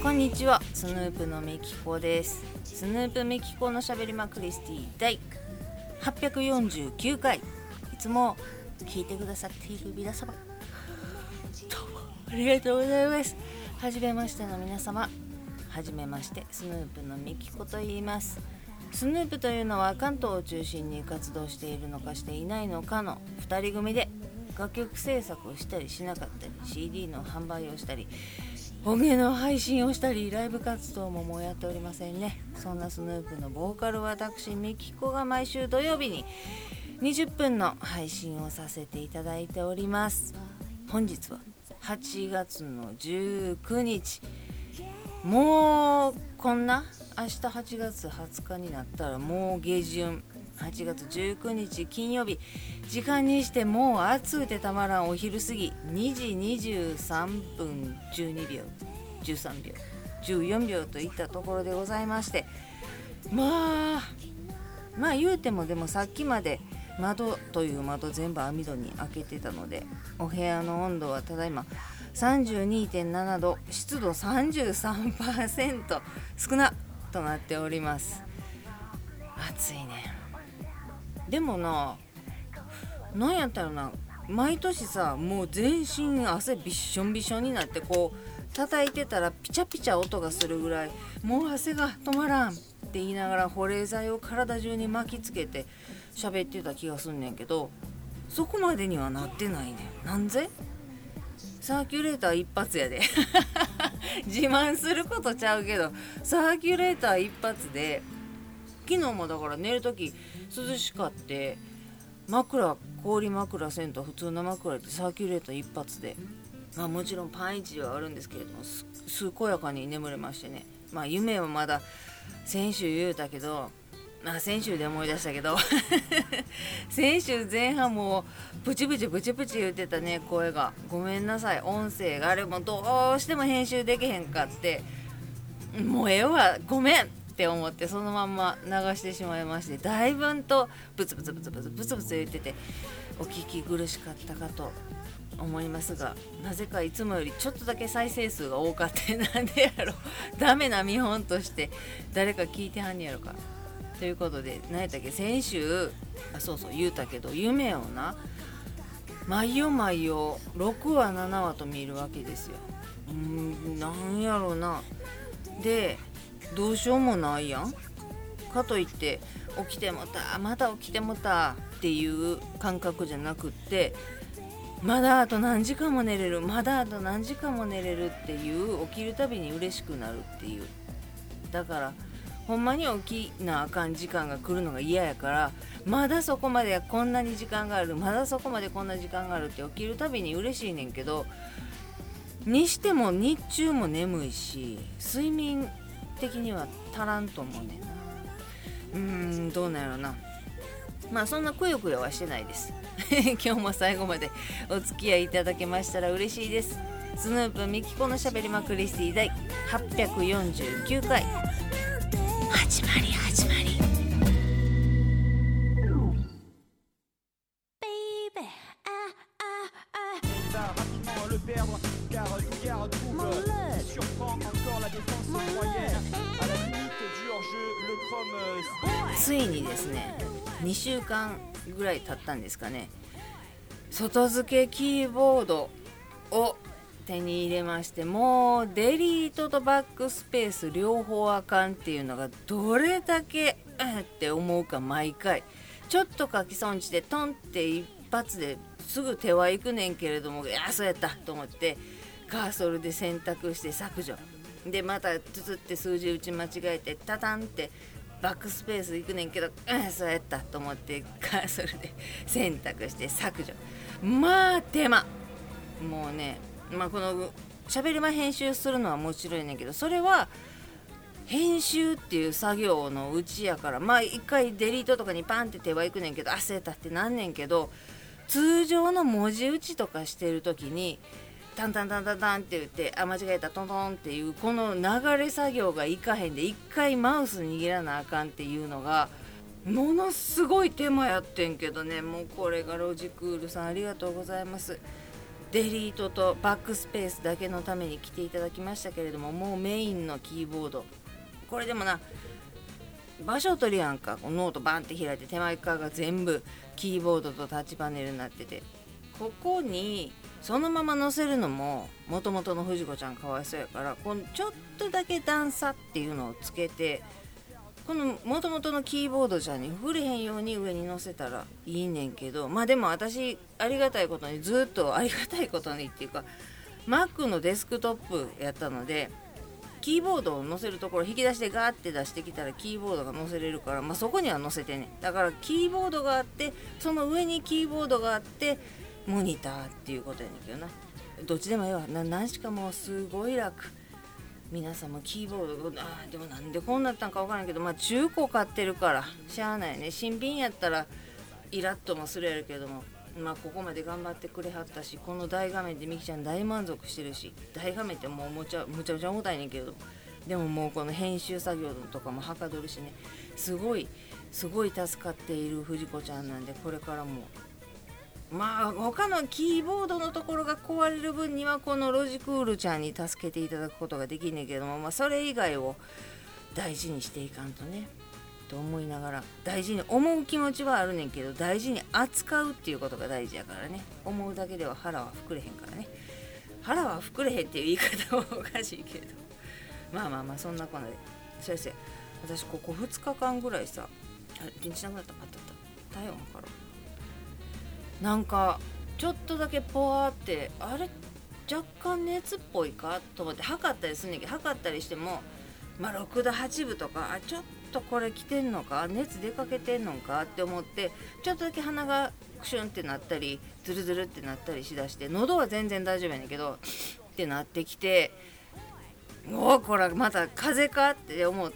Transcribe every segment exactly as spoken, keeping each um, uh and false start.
こんにちは、スヌープのみきこです。スヌープみきこのしゃべりまクリスティ第はっぴゃくよんじゅうきゅうかい、いつも聞いてくださっている皆様、どうもありがとうございます。はじめましての皆様、はじめまして、スヌープのみきこと言います。スヌープというのは関東を中心に活動しているのかしていないのかのふたり組で、楽曲制作をしたりしなかったり、 シーディー の販売をしたり、音源の配信をしたり、ライブ活動ももうやっておりませんね。そんなスヌープのボーカル私みきこが毎週土曜日ににじゅっぷんの配信をさせていただいております。本日ははちがつのじゅうくにち、もうこんな明日はちがつはつかになったらもう下旬、はちがつじゅうくにち金曜日、時間にしてもう暑うてたまらんお昼過ぎ、にじにじゅうさんぷんじゅうにびょう、じゅうさんびょう、じゅうよんびょうといったところでございまして、まあまあ言うてもでもさっきまで窓という窓全部網戸に開けてたので、お部屋の温度はただいま さんじゅうにてんななど、湿度 さんじゅうさんパーセント 少なとなっております。暑いね。でもな、なんやったらな、毎年さ、もう全身汗びっしょんびしょんになって、こう叩いてたらピチャピチャ音がするぐらい、もう汗が止まらんって言いながら保冷剤を体中に巻きつけて喋ってた気がすんねんけど、そこまでにはなってないねん。なんぜ？サーキュレーター一発やで自慢することちゃうけど、サーキュレーター一発で、昨日もだから寝るとき涼しかって、枕氷枕せんと普通の枕でサーキュレーター一発で、まあもちろんパンイチはあるんですけれども、す健やかに眠れましてね。まあ夢はまだ先週言うたけど、あ先週で思い出したけど先週前半もプチプチプチプチ言ってたね、声が。ごめんなさい、音声があれもどうしても編集できへんかって、もうええわごめんって思ってそのまんま流してしまいまして、だいぶんとブツブツブツブツブツブツ言っててお聞き苦しかったかと思いますが、なぜかいつもよりちょっとだけ再生数が多かったなんでやろダメな見本として誰か聞いてはんねやろかということで、何やったっけ、先週あそうそう言うたけど、夢をな毎夜毎夜ろくわななわと見るわけですよ。うーんなんやろうな。でどうしようもないやんかといって起きてもたまた起きてもたっていう感覚じゃなくって、まだあと何時間も寝れるまだあと何時間も寝れるっていう、起きるたびに嬉しくなるっていう。だからほんまに起きなあかん時間が来るのが嫌やから、まだそこまでこんなに時間があるまだそこまでこんな時間があるって起きるたびに嬉しいねんけど、にしても日中も眠いし睡眠的には足らんと思うねんな。うーんどうなんやろな。まあそんなくよくよはしてないです今日も最後までお付き合いいただけましたら嬉しいです。スヌープみきこのしゃべりまクリスティ第はっぴゃくよんじゅうきゅうかい、始まり始まり。ついにですね、にしゅうかんぐらい経ったんですかね、外付けキーボードを手に入れまして、もうデリートとバックスペース両方あかんっていうのがどれだけ、うん、って思うか。毎回ちょっと書き損じてトンって一発ですぐ手は行くねんけれども、いやそうやったと思ってカーソルで選択して削除で、またつつって数字打ち間違えてタタンってバックスペース行くねんけど、うんそうやったと思ってカーソルで選択して削除。まあ手間。もうね、まあこの喋りま編集するのはもちろんやねんけど、それは編集っていう作業のうちやから、まあ一回デリートとかにパンって手は行くねんけど、あそうやったってなんねんけど、通常の文字打ちとかしてる時にタンタンタンタンタンって言って、あ間違えたトントンっていうこの流れ作業がいかへんで、一回マウス握らなあかんっていうのがものすごい手間やってんけどね。もうこれがロジクールさんありがとうございます。 デリートとバックスペースだけのために来ていただきましたけれども、もうメインのキーボード、これでもな場所取りやんか。ノートバンって開いて手前側が全部キーボードとタッチパネルになってて、ここにそのまま載せるのももともとの藤子ちゃんかわいそうやから、このちょっとだけ段差っていうのをつけて、このもともとのキーボードじゃに触れへんように上に載せたらいいねんけど、まあでも私ありがたいことにずっとありがたいことにっていうか Mac のデスクトップやったので、キーボードを載せるところ引き出してガーって出してきたらキーボードが載せれるから、まあ、そこには載せてね。だからキーボードがあって、その上にキーボードがあってモニターっていうことやねんけどな。どっちでもいいわな。何しかもうすごい楽。皆さんもキーボード、あでもなんでこうなったんか分からんけど、まあ中古買ってるからしゃあないね。新品やったらイラッともするやるけども、まあここまで頑張ってくれはったし、この大画面でみきちゃん大満足してるし、大画面ってもうむちゃむちゃむちゃ重たいねんけど、でももうこの編集作業とかもはかどるしね、すごいすごい助かっている藤子ちゃんなんで、これからもまあ他のキーボードのところが壊れる分にはこのロジクールちゃんに助けていただくことができんねんけども、まあそれ以外を大事にしていかんとねと思いながら、大事に思う気持ちはあるねんけど、大事に扱うっていうことが大事やからね。思うだけでは腹は膨れへんからね。腹は膨れへんっていう言い方はおかしいけど、まあまあまあそんなこんなで、先生私ここふつかかんぐらいさ、あれ電池なくなった、あったあった体温からなんかちょっとだけポワーって、あれ若干熱っぽいかと思って測ったりすんねんけど、測ったりしてもまあろくどはちぶとか、あちょっとこれ来てんのか、熱出かけてんのかって思って、ちょっとだけ鼻がクシュンってなったりズルズルってなったりしだして、喉は全然大丈夫やねんけどってなってきて、もうこれまた風邪かって思って、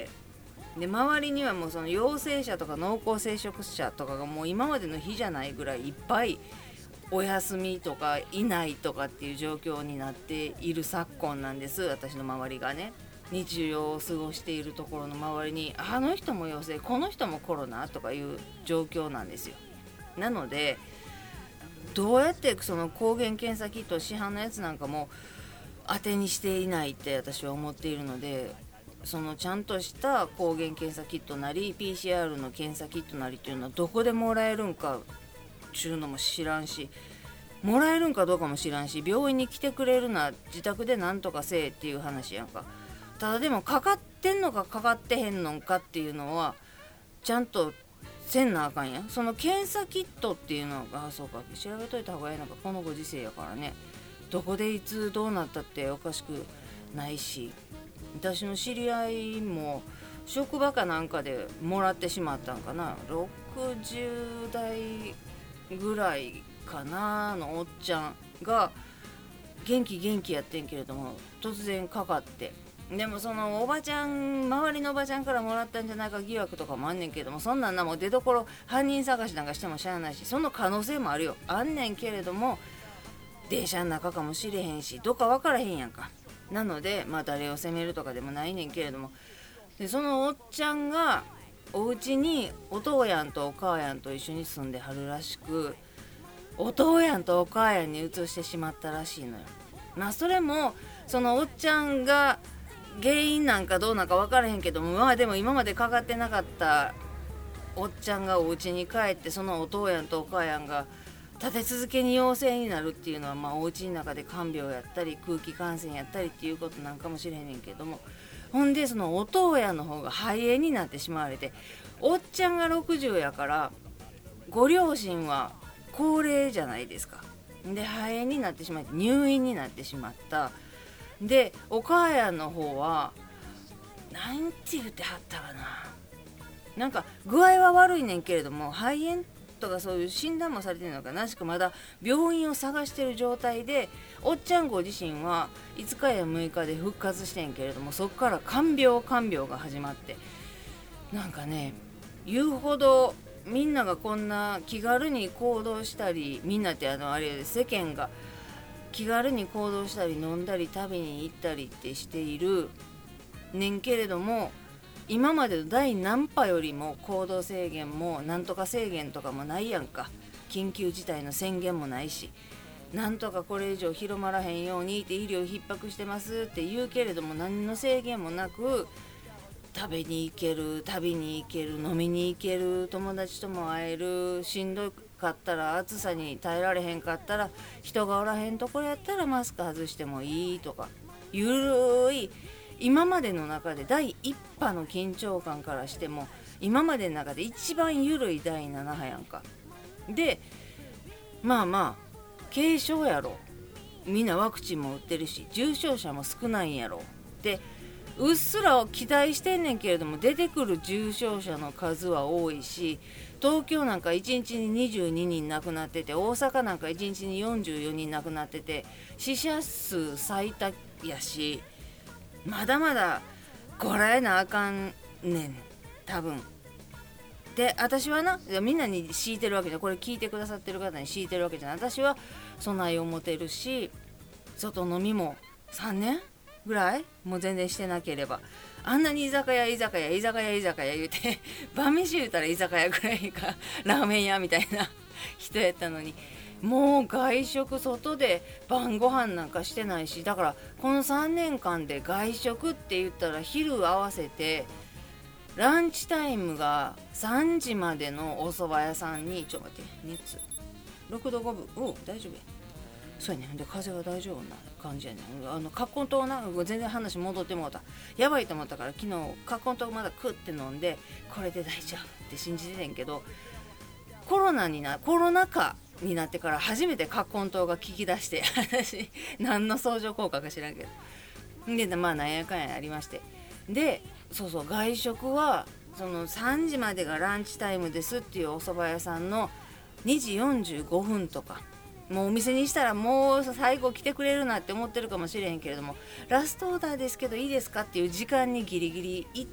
で周りにはもうその陽性者とか濃厚接触者とかがもう今までの日じゃないぐらいいっぱいお休みとかいないとかっていう状況になっている昨今なんです。私の周りがね、日常を過ごしているところの周りに、あの人も陽性、この人もコロナとかいう状況なんですよ。なのでどうやってその抗原検査キット市販のやつなんかも当てにしていないって私は思っているので、そのちゃんとした抗原検査キットなり ピーシーアール の検査キットなりっていうのはどこでもらえるんかちゅうのも知らんし、もらえるんかどうかも知らんし、病院に来てくれるな、自宅でなんとかせえっていう話やんか。ただでもかかってんのかかかってへんのかっていうのはちゃんとせんなあかんやん。その検査キットっていうのが、あそうか調べといた方がいいのか、このご時世やからね、どこでいつどうなったっておかしくないし、私の知り合いも職場かなんかでもらってしまったんかな、ろくじゅう代ぐらいかなのおっちゃんが元気元気やってんけれども突然かかって、でもそのおばちゃん、周りのおばちゃんからもらったんじゃないか疑惑とかもあんねんけども、そんなんなもう出どころ犯人探しなんかしてもしゃあないし、その可能性もあるよ、あんねんけれども電車の中かもしれへんし、どっか分からへんやんか。なのでまあ誰を責めるとかでもないねんけれども、でそのおっちゃんがお家にお父やんとお母やんと一緒に住んではるらしく、お父やんとお母やんに移してしまったらしいのよ。まあそれもそのおっちゃんが原因なんかどうなんか分からへんけども、まあでも今までかかってなかったおっちゃんがお家に帰って、そのお父やんとお母やんが立て続けに陽性になるっていうのは、まあお家の中で看病やったり空気感染やったりっていうことなんかもしれへんねんけども、ほんでそのお父やんの方が肺炎になってしまわれて、おっちゃんがろくじゅうやからご両親は高齢じゃないですか。で肺炎になってしまって入院になってしまった。でお母やんの方はなんて言ってはったかな、なんか具合は悪いねんけれども肺炎とかそういう診断もされてるのかなしく、まだ病院を探してる状態で、おっちゃんご自身はいつかやむいかで復活してんけれども、そこから看病看病が始まって、なんかね言うほどみんながこんな気軽に行動したり、みんなってあのあれ世間が気軽に行動したり飲んだり旅に行ったりってしているねんけれども、今までの第何波よりも行動制限もなんとか制限とかもないやんか。緊急事態の宣言もないし、 なんとかこれ以上広まらへんようにって医療逼迫してますって言うけれども、何の制限もなく食べに行ける、旅に行ける、飲みに行ける、友達とも会える、しんどかったら暑さに耐えられへんかったら人がおらへんところやったらマスク外してもいいとか、ゆるい今までの中でだいいっ波の緊張感からしても今までの中で一番ゆるいだいなな波やんか。でまあまあ軽症やろ、みんなワクチンも打ってるし重症者も少ないんやろってうっすら期待してんねんけれども、出てくる重症者の数は多いし、東京なんかいちにちににじゅうににん亡くなってて、大阪なんかいちにちによんじゅうよにん亡くなってて、死者数最多やし、まだまだこらえなあかんねん多分。で私はな、みんなに敷いてるわけじゃ、これ聞いてくださってる方に敷いてるわけじゃない。私は備えを持てるし、外飲みもさんねんぐらいもう全然してなければ、あんなに居酒屋居酒屋居酒屋居酒屋言うて晩飯言うたら居酒屋ぐらいかラーメン屋みたいな人やったのに、もう外食外で晩ご飯なんかしてないし、だからこのさんねんかんで外食って言ったら昼合わせてランチタイムがさんじまでのお蕎麦屋さんに、ちょっと待って熱ろくどごぶ、お大丈夫や、そうやねん。で風が大丈夫な感じやねん。あの葛根湯な、全然話戻ってもうた、やばいと思ったから昨日葛根湯まだ食って飲んで、これで大丈夫って信じててんけど、コロナになコロナ禍になってから初めて葛根湯が効き出して私何の相乗効果か知らんけど、でまあなんやかんやありまして、でそうそう外食はそのさんじまでがランチタイムですっていうお蕎麦屋さんのにじよんじゅうごふんとか、もうお店にしたらもう最後来てくれるなって思ってるかもしれへんけれども、ラストオーダーですけどいいですかっていう時間にギリギリ行って、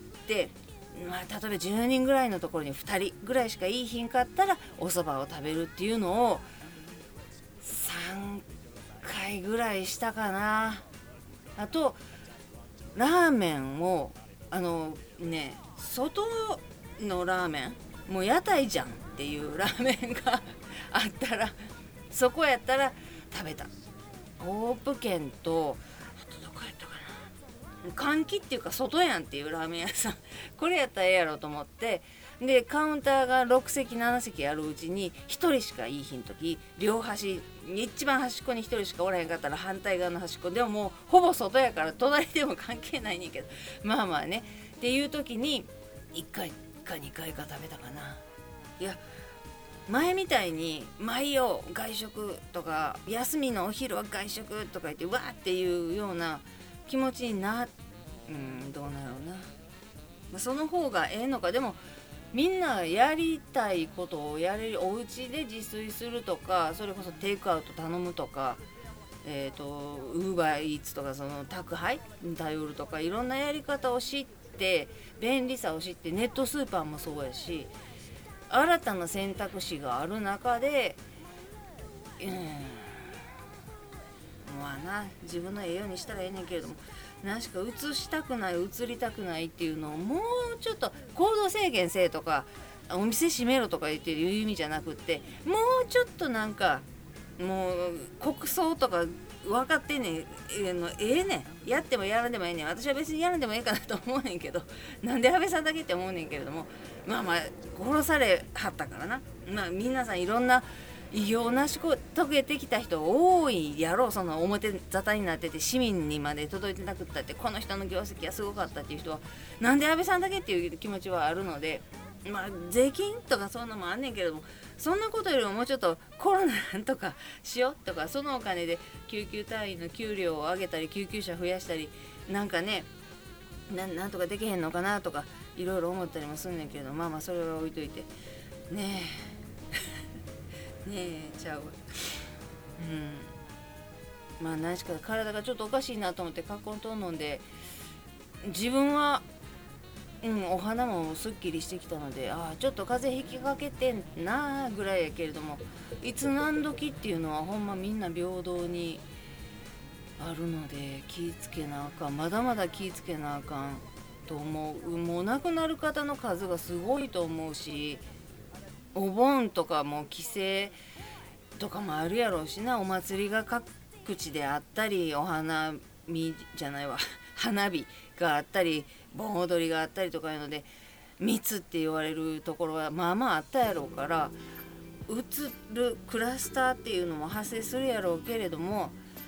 まあ、例えばじゅうにんぐらいのところにふたりぐらいしかいいひんかったらお蕎麦を食べるっていうのをさんかいぐらいしたかな。あとラーメンをあのね外のラーメンもう屋台じゃんっていうラーメンがあったらそこやったら食べた。オープ券とあとどこやったかな、換気っていうか外やんっていうラーメン屋さんこれやったらええやろと思って、でカウンターがろくせきななせきあるうちにひとりしかいいひんとき、両端一番端っこにひとりしかおらへんかったら反対側の端っこでももうほぼ外やから隣でも関係ないねんけど、まあまあねっていう時にいっかいかにかいか食べたかな。いや前みたいに毎夜外食とか休みのお昼は外食とか言ってわーっていうような気持ちになうんどうなろうな、まあ、その方がええのか。でもみんなやりたいことをやれる、お家で自炊するとか、それこそテイクアウト頼むとか、えーとウーバーイーツとかその宅配に頼るとか、いろんなやり方を知って便利さを知って、ネットスーパーもそうやし新たな選択肢がある中で、うんまあな自分のええようにしたらええねんけれども、何しか映したくない映りたくないっていうのをもうちょっと行動制限せえとかお店閉めろとか言ってる意味じゃなくって、もうちょっとなんかもう国葬とか分かってんねん、ええのええねん、やってもやらんでもええねん。私は別にやらんでもええかなと思うねんけど、なんで安倍さんだけって思うねんけれども、まあまあ殺されはったからな。まあ皆さんいろんな偉業を成し遂げてきた人多いやろ。その表沙汰になってて市民にまで届いてなくったって、この人の業績はすごかったっていう人はなんで安倍さんだけっていう気持ちはあるので、まあ税金とかそんなもんあんねんけれども、そんなことよりももうちょっとコロナとかしようとか、そのお金で救急隊員の給料を上げたり救急車増やしたりなんかね な, なんとかできへんのかなとかいろいろ思ったりもすんねんけど、まあまあそれは置いといてねえねえちゃううんまあ何しか体がちょっとおかしいなと思ってカッコン糖飲んで、自分はうん、お花もすっきりしてきたので、ああちょっと風邪ひきかけてんなぐらいやけれども、いつ何時っていうのはほんまみんな平等にあるので気ぃつけなあかん、まだまだ気ぃつけなあかんと思う。もう亡くなる方の数がすごいと思うし、お盆とかも帰省とかもあるやろうしな。お祭りが各地であったり、お花見じゃないわ花火があったり、盆踊りがあったりとかいうので密って言われるところはまあまああったやろうから、うつるクラスターっていうのも発生するやろうけれども、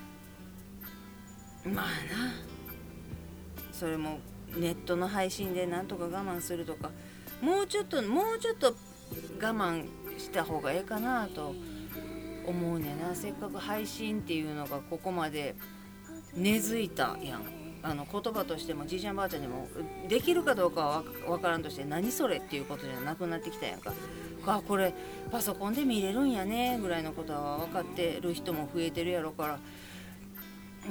まあな、それもネットの配信でなんとか我慢するとか、もうちょっともうちょっと我慢した方がええかなと思うねんな。せっかく配信っていうのがここまで根付いたやん。あの言葉としてもじいちゃんばあちゃんにもできるかどうかは分からんとして、何それっていうことじゃなくなってきたやんか。あ、これパソコンで見れるんやねぐらいのことは分かってる人も増えてるやろから、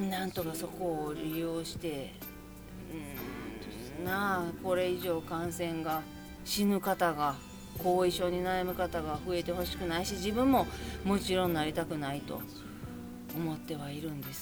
なんとかそこを利用して、うーんなあ、これ以上感染が死ぬ方が後遺症に悩む方が増えてほしくないし、自分ももちろんなりたくないと思ってはいるんです。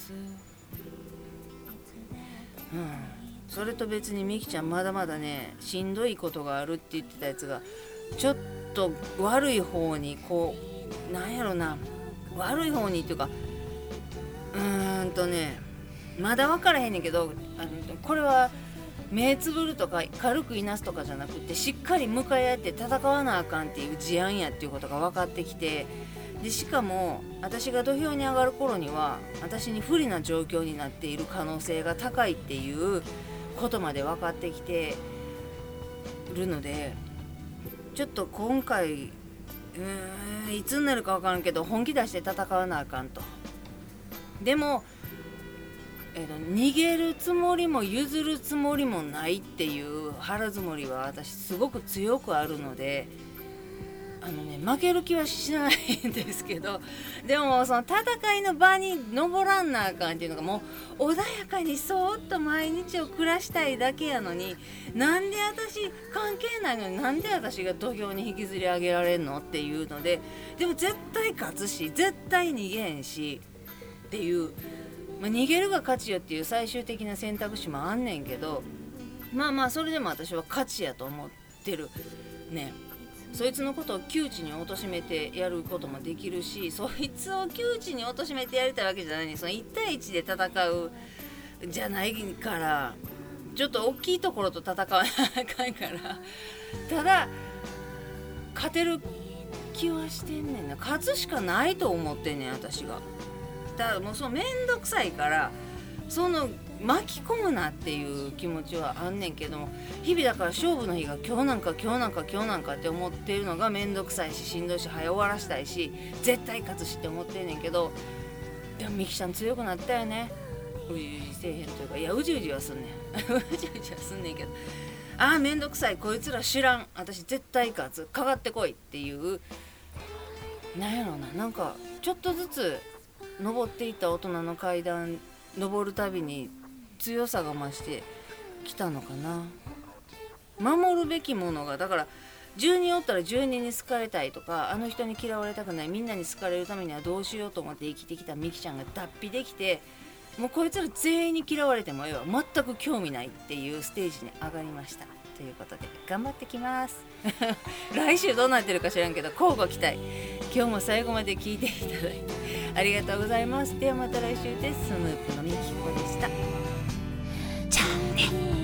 うん、それと別にみきちゃんまだまだね、しんどいことがあるって言ってたやつがちょっと悪い方にこう、なんやろな、悪い方にっていうか、うーんとね、まだ分からへんねんけど、あのこれは目つぶるとか軽くいなすとかじゃなくて、しっかり向かい合って戦わなあかんっていう事案やっていうことが分かってきて、でしかも私が土俵に上がる頃には私に不利な状況になっている可能性が高いっていうことまで分かってきてるので、ちょっと今回うーんいつになるか分からんけど本気出して戦わなあかんと。でもえー、と逃げるつもりも譲るつもりもないっていう腹積もりは私すごく強くあるので、あのね、負ける気はしないんですけど、でもその戦いの場に登らんなあかんっていうのが、もう穏やかにそーっと毎日を暮らしたいだけやのに、なんで私関係ないのになんで私が土俵に引きずり上げられんのっていうので、でも絶対勝つし絶対逃げへんしっていう、まあ、逃げるが勝ちよっていう最終的な選択肢もあんねんけど、まあまあそれでも私は勝ちやと思ってるね。そいつのことを窮地に貶めてやることもできるし、そいつを窮地に貶めてやりたいわけじゃないね。そのいち対いちで戦うじゃないから、ちょっと大きいところと戦わなあかんから、ただ勝てる気はしてんねんな。勝つしかないと思ってんねん私が。だからもうそのめんどくさいから、その巻き込むなっていう気持ちはあんねんけども、日々だから勝負の日が今日なんか今日なんか今日なんかって思ってるのがめんどくさいし、しんどいし、早終わらしたいし、絶対勝つしって思ってんねんけど、でもみきちゃん強くなったよね。うじうじせえへんというか、いやうじうじはすんねんうじうじはすんねんけど、ああめんどくさい、こいつら知らん、私絶対勝つ、かかってこいっていう、なんやろな、なんかちょっとずつ登っていった大人の階段登るたびに強さが増してきたのかな。守るべきものが、だからじゅうにんおったらじゅうにんに好かれたいとか、あの人に嫌われたくない、みんなに好かれるためにはどうしようと思って生きてきたみきちゃんが脱皮できて、もうこいつら全員に嫌われてもよ全く興味ないっていうステージに上がりましたということで、頑張ってきます来週どうなってるか知らんけど乞うご期待。今日も最後まで聞いていただいてありがとうございます。ではまた来週です。スヌープのみきこでした。じゃあね。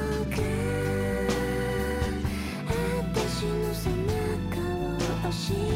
私の背中を押し